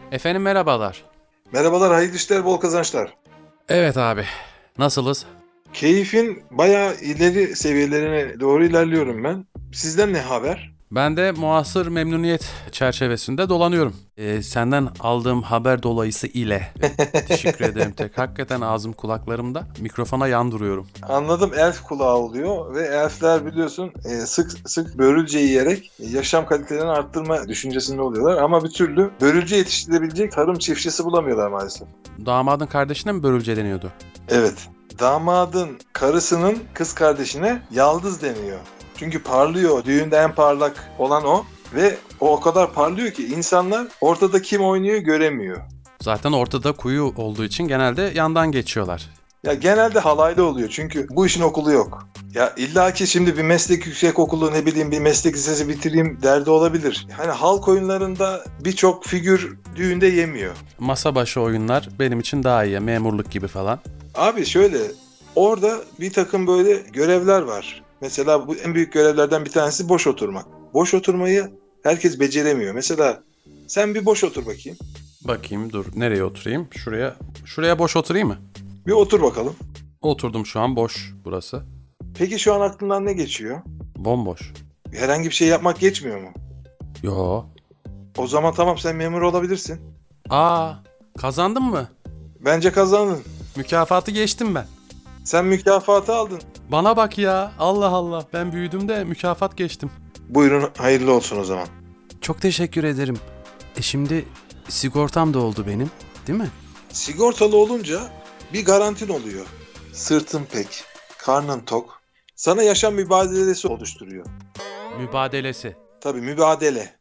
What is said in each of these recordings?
Efendim merhabalar. Merhabalar, hayırlı işler, bol kazançlar. Evet abi. Nasılız? Keyfin bayağı ileri seviyelerine doğru ilerliyorum ben. Sizden ne haber? Ben de muasır memnuniyet çerçevesinde dolanıyorum. Senden aldığım haber dolayısı ile teşekkür ederim tek. Hakikaten ağzım kulaklarımda. Mikrofona yandırıyorum. Anladım, elf kulağı oluyor ve elfler biliyorsun sık sık börülce yiyerek yaşam kalitelerini arttırma düşüncesinde oluyorlar. Ama bir türlü börülce yetiştirebilecek tarım çiftçisi bulamıyorlar maalesef. Damadın kardeşine mi börülce deniyordu? Evet, damadın karısının kız kardeşine yaldız deniyor. Çünkü parlıyor, düğünde en parlak olan o. Ve o kadar parlıyor ki insanlar ortada kim oynuyor göremiyor. Zaten ortada kuyu olduğu için genelde yandan geçiyorlar. Ya genelde halaylı oluyor çünkü bu işin okulu yok. Ya illaki şimdi bir meslek yüksekokulu ne bileyim bir meslek lisesi bitireyim derdi olabilir. Hani halk oyunlarında birçok figür düğünde yemiyor. Masa başı oyunlar benim için daha iyi. Memurluk gibi falan. Abi şöyle orada bir takım böyle görevler var. Mesela bu en büyük görevlerden bir tanesi boş oturmak. Boş oturmayı herkes beceremiyor. Mesela sen bir boş otur bakayım. Bakayım dur. Nereye oturayım? Şuraya boş oturayım mı? Bir otur bakalım. Oturdum şu an boş burası. Peki şu an aklından ne geçiyor? Bomboş. Herhangi bir şey yapmak geçmiyor mu? Yo. O zaman tamam sen memur olabilirsin. Aa, kazandın mı? Bence kazandın. Mükafatı geçtim ben. Sen mükafatı aldın. Bana bak ya. Allah Allah. Ben büyüdüm de mükafat geçtim. Buyurun hayırlı olsun o zaman. Çok teşekkür ederim. Şimdi sigortam da oldu benim, değil mi? Sigortalı olunca bir garantin oluyor. Sırtın pek, karnın tok. Sana yaşam mübadelesi oluşturuyor. Mübadelesi. Tabii mübadele.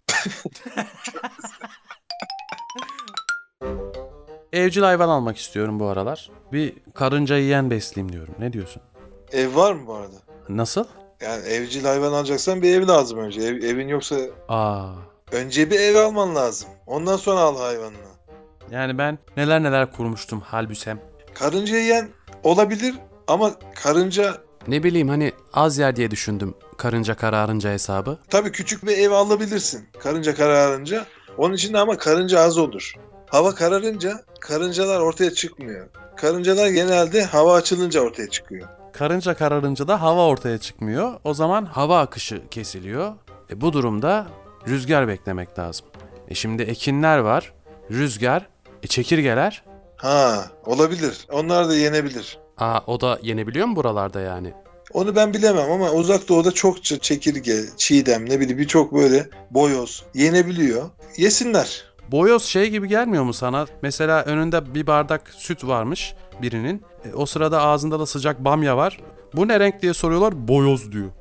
Evcil hayvan almak istiyorum bu aralar. Bir karınca yiyen besleyeyim diyorum. Ne diyorsun? Ev var mı bu arada? Nasıl? Yani evcil hayvan alacaksan bir ev lazım önce. Evin yoksa Aa. önce bir ev alman lazım. Ondan sonra al hayvanını. Yani ben neler neler kurmuştum halbüsem. Karınca yiyen olabilir ama karınca Ne bileyim hani az yer diye düşündüm. Karınca kararınca hesabı. tabii küçük bir ev alabilirsin. Karınca kararınca. Onun için de ama karınca az olur. Hava kararınca karıncalar ortaya çıkmıyor. Karıncalar genelde hava açılınca ortaya çıkıyor. Karınca kararınca da hava ortaya çıkmıyor. O zaman hava akışı kesiliyor. Bu durumda rüzgar beklemek lazım. Şimdi ekinler var. Rüzgar, çekirgeler. Ha, olabilir. Onlar da yenebilir. O da yenebiliyor mu buralarda yani? Onu ben bilemem ama uzak doğuda çokça çekirge, çiğdem ne bileyim birçok böyle boyoz yenebiliyor. Yesinler. Boyoz şey gibi gelmiyor mu sana? Mesela önünde bir bardak süt varmış birinin. O sırada ağzında da sıcak bamya var. Bu ne renk diye soruyorlar. Boyoz diyor.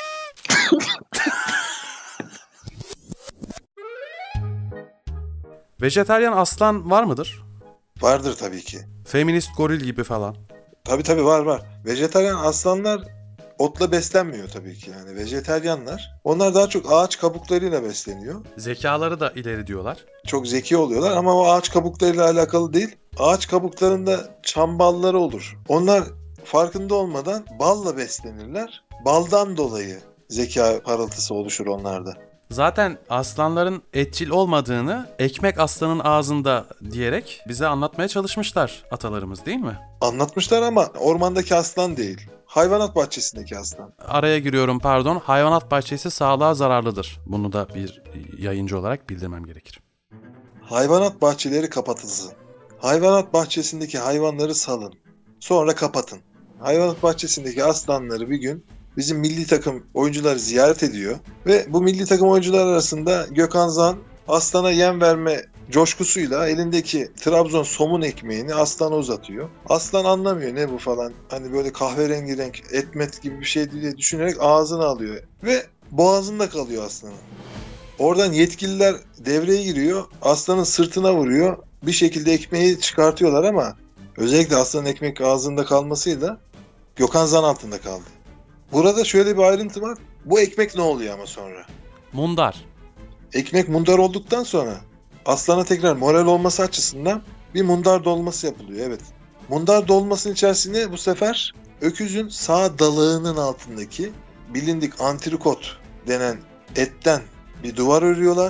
Vejetaryen aslan var mıdır? Vardır tabii ki. Feminist goril gibi falan. Tabii var. Vejetaryen aslanlar otla beslenmiyor tabii ki yani vejeteryanlar. Onlar daha çok ağaç kabuklarıyla besleniyor. Zekaları da ileri diyorlar. Çok zeki oluyorlar ama o ağaç kabuklarıyla alakalı değil. Ağaç kabuklarında çam balları olur. Onlar farkında olmadan balla beslenirler. Baldan dolayı zeka parıltısı oluşur onlarda. Zaten aslanların etçil olmadığını ekmek aslanın ağzında diyerek bize anlatmaya çalışmışlar atalarımız değil mi? Anlatmışlar ama ormandaki aslan değil. Hayvanat bahçesindeki aslan. Araya giriyorum pardon. Hayvanat bahçesi sağlığa zararlıdır. Bunu da bir yayıncı olarak bildirmem gerekir. Hayvanat bahçeleri kapatılsın. Hayvanat bahçesindeki hayvanları salın. Sonra kapatın. Hayvanat bahçesindeki aslanları bir gün bizim milli takım oyuncuları ziyaret ediyor. Ve bu milli takım oyuncular arasında Gökhan Zan aslana yem verme coşkusuyla elindeki Trabzon somun ekmeğini aslana uzatıyor. Aslan anlamıyor ne bu falan. Hani böyle kahverengi renk etmet gibi bir şey diye düşünerek ağzına alıyor. Ve boğazında kalıyor aslanın. Oradan yetkililer devreye giriyor. Aslanın sırtına vuruyor. Bir şekilde ekmeği çıkartıyorlar ama özellikle aslanın ekmek ağzında kalmasıyla Gökhan zan altında kaldı. Burada şöyle bir ayrıntı var. Bu ekmek ne oluyor ama sonra? Mundar. Ekmek mundar olduktan sonra aslana tekrar moral olması açısından bir mundar dolması yapılıyor. Evet. Mundar dolmasının içerisine bu sefer öküzün sağ dalağının altındaki bilindik antrikot denen etten bir duvar örüyorlar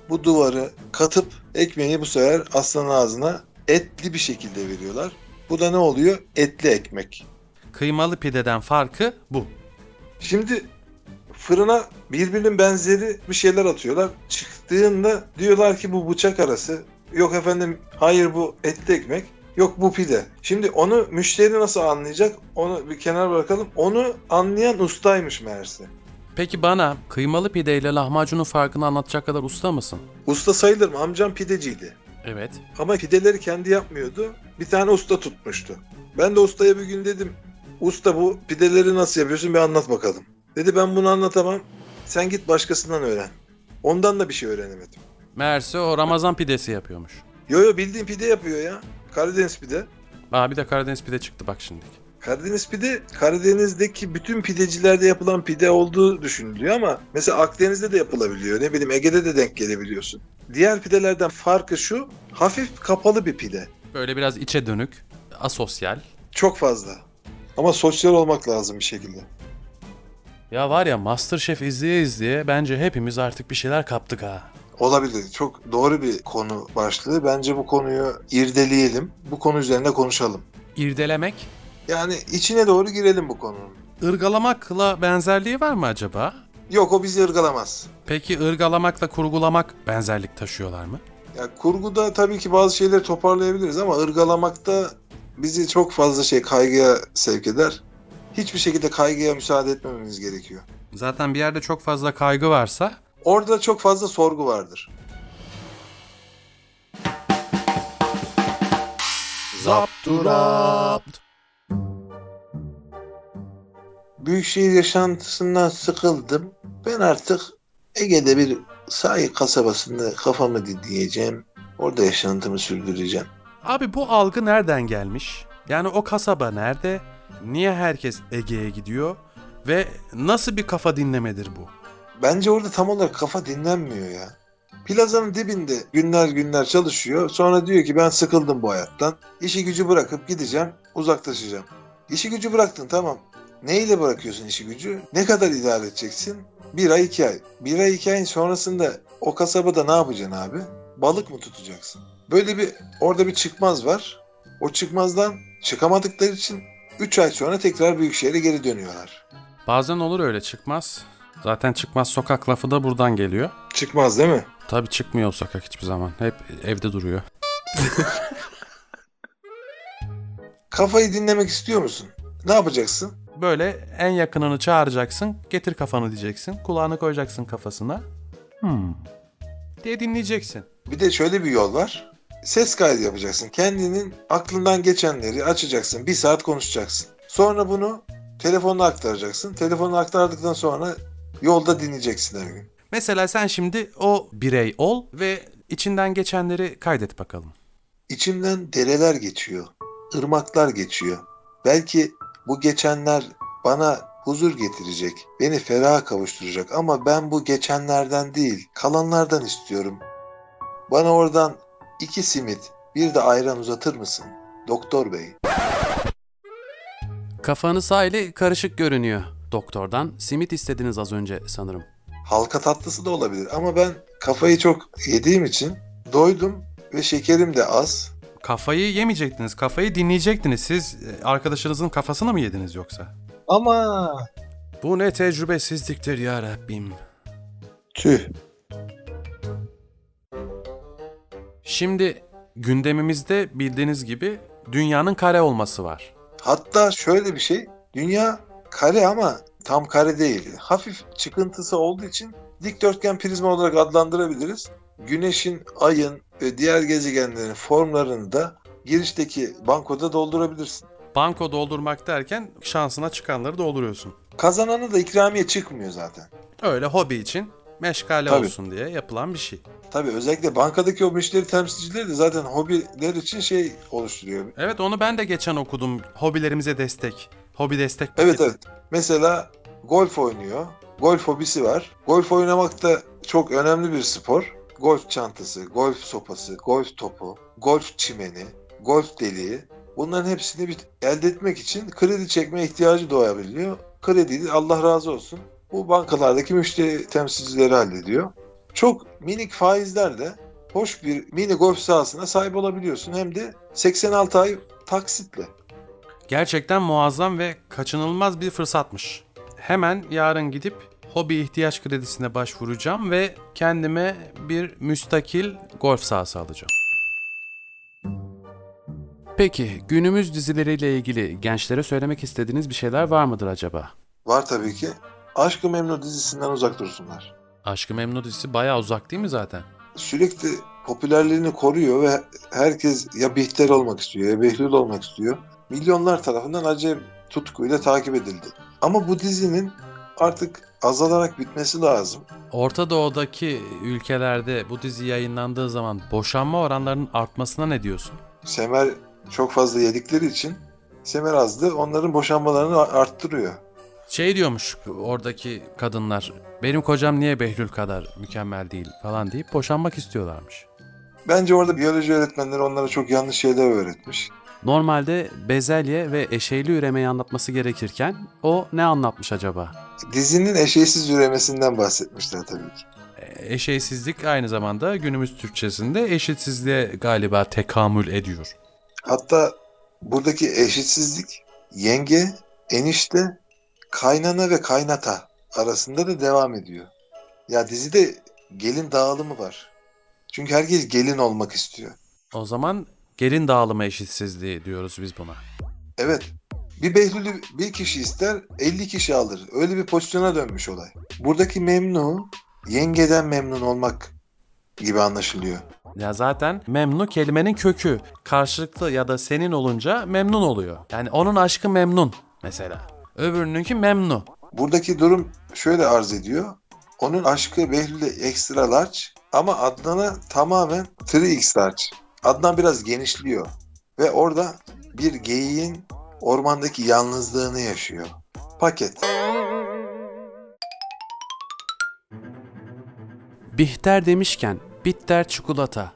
bu duvarı katıp ekmeği bu sefer aslanın ağzına etli bir şekilde veriyorlar. Bu da ne oluyor? Etli ekmek. Kıymalı pideden farkı bu. Şimdi fırına birbirinin benzeri bir şeyler atıyorlar. Çıktığında diyorlar ki bu bıçak arası. Yok efendim, hayır bu etli ekmek. Yok bu pide. Şimdi onu müşteri nasıl anlayacak? Onu bir kenara bırakalım. Onu anlayan ustaymış meğerse. Peki bana kıymalı pide ile lahmacunun farkını anlatacak kadar usta mısın? Usta sayılırım. Amcam pideciydi. Evet. Ama pideleri kendi yapmıyordu. Bir tane usta tutmuştu. Ben de ustaya bir gün dedim, usta bu pideleri nasıl yapıyorsun, bir anlat bakalım. Dedi ben bunu anlatamam. Sen git başkasından öğren. Ondan da bir şey öğrenemedim. Meğerse o Ramazan pidesi yapıyormuş. Yo bildiğin pide yapıyor ya. Karadeniz pide. Bir de Karadeniz pide çıktı bak şimdi. Karadeniz pide, Karadeniz'deki bütün pidecilerde yapılan pide olduğu düşünülüyor ama mesela Akdeniz'de de yapılabiliyor. Ne bileyim, Ege'de de denk gelebiliyorsun. Diğer pidelerden farkı şu, hafif kapalı bir pide. Böyle biraz içe dönük, asosyal. Çok fazla. Ama sosyal olmak lazım bir şekilde. Ya var ya, MasterChef izleye izleye bence hepimiz artık bir şeyler kaptık ha. Olabilir. Çok doğru bir konu başlığı. Bence bu konuyu irdeleyelim. Bu konu üzerinde konuşalım. İrdelemek, Yani içine doğru girelim bu konunun. ırgalamakla benzerliği var mı acaba? Yok, o bizi ırgalamaz. Peki ırgalamakla kurgulamak benzerlik taşıyorlar mı? Ya kurguda tabii ki bazı şeyleri toparlayabiliriz ama ırgalamakta bizi çok fazla kaygıya sevk eder. Hiçbir şekilde kaygıya müsaade etmememiz gerekiyor. Zaten bir yerde çok fazla kaygı varsa Orada çok fazla sorgu vardır. Zapturapt. Büyükşehir yaşantısından sıkıldım. Ben artık Ege'de bir sahil kasabasında kafamı dinleyeceğim. Orada yaşantımı sürdüreceğim. Abi bu algı nereden gelmiş? Yani o kasaba nerede? Niye herkes Ege'ye gidiyor? Ve nasıl bir kafa dinlemedir bu? Bence orada tam olarak kafa dinlenmiyor ya. Plazanın dibinde günler günler çalışıyor. Sonra diyor ki ben sıkıldım bu hayattan. İşi gücü bırakıp gideceğim, uzaklaşacağım. İşi gücü bıraktın, tamam. Neyle bırakıyorsun işi gücü? Ne kadar idare edeceksin? 1 ay 2 ay. 1 ay 2 ayın sonrasında o kasabada ne yapacaksın abi? Balık mı tutacaksın? Böyle bir orada bir çıkmaz var. O çıkmazdan çıkamadıkları için 3 ay sonra tekrar Büyükşehir'e geri dönüyorlar. Bazen olur öyle, çıkmaz. Zaten çıkmaz sokak lafı da buradan geliyor. Çıkmaz değil mi? Tabii çıkmıyor o sokak hiçbir zaman. Hep evde duruyor. Kafayı dinlemek istiyor musun? Ne yapacaksın? Böyle en yakınını çağıracaksın, getir kafanı diyeceksin, kulağını koyacaksın kafasına. Diye dinleyeceksin. Bir de şöyle bir yol var. Ses kaydı yapacaksın. Kendinin aklından geçenleri açacaksın. 1 saat konuşacaksın. Sonra bunu telefonuna aktaracaksın. Telefonuna aktardıktan sonra yolda dinleyeceksin her gün. Mesela sen şimdi o birey ol ve içinden geçenleri kaydet bakalım. İçimden dereler geçiyor. Irmaklar geçiyor. Belki bu geçenler bana huzur getirecek. Beni feraha kavuşturacak. Ama ben bu geçenlerden değil, kalanlardan istiyorum. Bana oradan 2 simit, bir de ayran uzatır mısın? Doktor bey. Kafanız hayli karışık görünüyor. Doktordan simit istediniz az önce sanırım. Halka tatlısı da olabilir ama ben kafayı çok yediğim için doydum ve şekerim de az. Kafayı yemeyecektiniz, kafayı dinleyecektiniz. Siz arkadaşınızın kafasını mı yediniz yoksa? Ama Bu ne tecrübesizliktir ya Rabbim. tüh. Şimdi gündemimizde bildiğiniz gibi dünyanın kare olması var. Hatta şöyle bir şey, dünya kare ama tam kare değil. Hafif çıkıntısı olduğu için dikdörtgen prizma olarak adlandırabiliriz. Güneşin, ayın ve diğer gezegenlerin formlarını da girişteki bankoda doldurabilirsin. Banko doldurmak derken şansına çıkanları dolduruyorsun. Kazananı da ikramiye çıkmıyor zaten. Öyle hobi için meşgale Tabii. olsun diye yapılan bir şey. Tabii özellikle bankadaki o müşteri temsilcileri de zaten hobiler için oluşturuyor. Evet, onu ben de geçen okudum. Hobilerimize destek. Hobi destek Evet paketi. evet. Mesela golf oynuyor. Golf hobisi var. Golf oynamak da çok önemli bir spor. Golf çantası, golf sopası, golf topu, golf çimeni, golf deliği. Bunların hepsini elde etmek için kredi çekmeye ihtiyacı doğabiliyor. Krediyi de Allah razı olsun bu bankalardaki müşteri temsilcileri hallediyor. çok minik faizlerle hoş bir mini golf sahasına sahip olabiliyorsun. Hem de 86 ay taksitle. Gerçekten muazzam ve kaçınılmaz bir fırsatmış. Hemen yarın gidip hobi ihtiyaç kredisine başvuracağım ve kendime bir müstakil golf sahası alacağım. Peki günümüz dizileriyle ilgili gençlere söylemek istediğiniz bir şeyler var mıdır acaba? Var tabii ki. Aşk-ı Memnu dizisinden uzak dursunlar. Aşk-ı Memnu dizisi bayağı uzak değil mi zaten? Sürekli popülerliğini koruyor ve herkes ya Bihter olmak istiyor ya Behlül olmak istiyor. Milyonlar tarafından acayip tutkuyla takip edildi. Ama bu dizinin artık azalarak bitmesi lazım. Orta Doğu'daki ülkelerde bu dizi yayınlandığı zaman boşanma oranlarının artmasına ne diyorsun? Semer çok fazla yedikleri için semer azlığı onların boşanmalarını arttırıyor. Şey diyormuş oradaki kadınlar, benim kocam niye Behlül kadar mükemmel değil falan deyip boşanmak istiyorlarmış. Bence orada biyoloji öğretmenleri onlara çok yanlış şeyler öğretmiş. Normalde bezelye ve eşeyli üremeyi anlatması gerekirken o ne anlatmış acaba? Dizinin eşeğsiz üremesinden bahsetmişler tabii ki. Eşeysizlik aynı zamanda günümüz Türkçesinde eşitsizliğe galiba tekamül ediyor. Hatta buradaki eşitsizlik yenge, enişte, kaynana ve kaynata arasında da devam ediyor. Ya dizide gelin dağılımı var. Çünkü herkes gelin olmak istiyor. O zaman gelin dağılımı eşitsizliği diyoruz biz buna. Evet. Bir Behlül'ü bir kişi ister, 50 kişi alır. Öyle bir pozisyona dönmüş olay. Buradaki memnu, yengeden memnun olmak gibi anlaşılıyor. Ya zaten memnu kelimenin kökü. Karşılıklı ya da senin olunca memnun oluyor. Yani onun aşkı memnun mesela. Öbürününki memnu. Buradaki durum şöyle arz ediyor. Onun aşkı Behlül'e extra large ama Adnan'a tamamen 3x large. Adnan biraz genişliyor ve orada bir geyiğin ormandaki yalnızlığını yaşıyor. Paket. Bihter demişken bitter çikolata,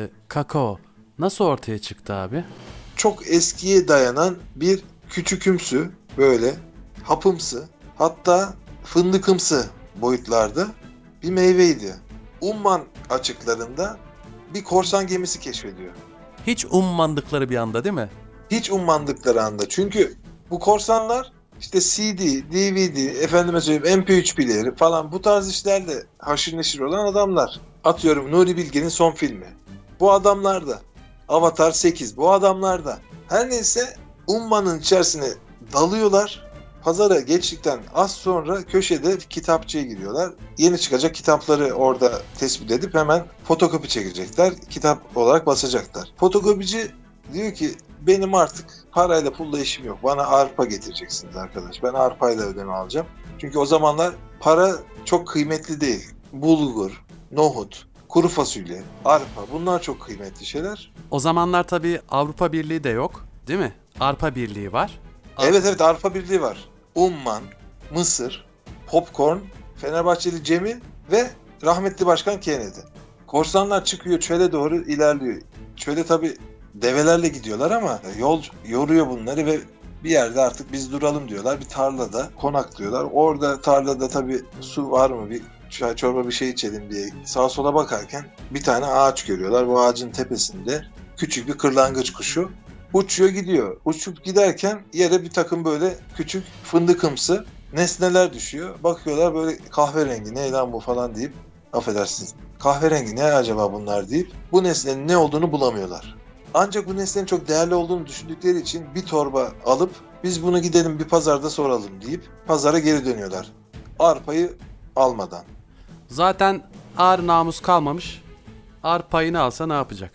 kakao nasıl ortaya çıktı abi? Çok eskiye dayanan bir küçükümsü, böyle hapımsı, hatta fındıkımsı boyutlarda bir meyveydi. Umman açıklarında bir korsan gemisi keşfediyor. Hiç ummadıkları bir anda değil mi? Hiç ummandıkları anda. Çünkü bu korsanlar işte CD, DVD, efendime söyleyeyim MP3 player'i falan bu tarz işlerle haşır neşir olan adamlar. Atıyorum Nuri Bilge'nin son filmi. Bu adamlar da. Avatar 8 bu adamlar da. Her neyse ummanın içerisine dalıyorlar. Pazara geçtikten az sonra köşede kitapçıya giriyorlar. Yeni çıkacak kitapları orada tespit edip hemen fotokopi çekecekler. Kitap olarak basacaklar. Fotokopici diyor ki benim artık parayla pulla işim yok. Bana arpa getireceksiniz arkadaş. Ben arpayla ödeme alacağım. Çünkü o zamanlar para çok kıymetli değil. Bulgur, nohut, kuru fasulye, arpa bunlar çok kıymetli şeyler. O zamanlar tabii Avrupa Birliği de yok değil mi? Arpa Birliği var. Evet arpa birliği var. Umman, Mısır, Popcorn, Fenerbahçeli Cemil ve rahmetli Başkan Kennedy. Korsanlar çıkıyor çöle doğru ilerliyor. Çöle tabii develerle gidiyorlar ama yol yoruyor bunları ve bir yerde artık biz duralım diyorlar. Bir tarlada konaklıyorlar. Orada tarlada tabii su var mı bir çay çorba bir şey içelim diye sağa sola bakarken bir tane ağaç görüyorlar. Bu ağacın tepesinde küçük bir kırlangıç kuşu uçuyor gidiyor. Uçup giderken yere bir takım böyle küçük fındıkımsı nesneler düşüyor. Bakıyorlar böyle kahverengi ne lan bu falan deyip affedersiniz. Kahverengi ne acaba bunlar deyip bu nesnenin ne olduğunu bulamıyorlar. Ancak bu nesnenin çok değerli olduğunu düşündükleri için bir torba alıp biz bunu gidelim bir pazarda soralım deyip pazara geri dönüyorlar. Arpayı almadan. Zaten ağır namus kalmamış. Ağır payını alsa ne yapacak?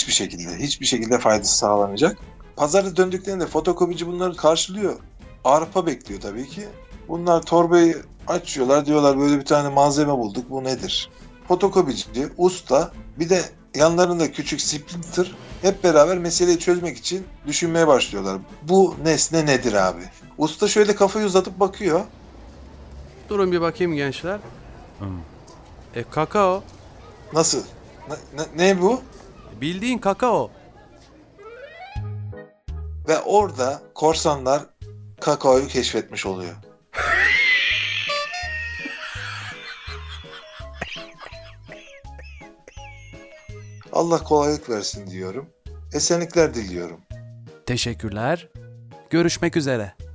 Hiçbir şekilde faydası sağlanacak. Pazara döndüklerinde fotokopici bunları karşılıyor. Arpa bekliyor tabii ki. Bunlar torbayı açıyorlar diyorlar böyle bir tane malzeme bulduk bu nedir? Fotokopici, usta bir de yanlarında küçük splinter hep beraber meseleyi çözmek için düşünmeye başlıyorlar. Bu nesne nedir abi? Usta şöyle kafayı uzatıp bakıyor. Durun bir bakayım gençler. Kakao. Nasıl? Ne bu? Bildiğin kakao. Ve orada korsanlar kakaoyu keşfetmiş oluyor. Allah kolaylık versin diyorum. Esenlikler diliyorum. Teşekkürler. Görüşmek üzere.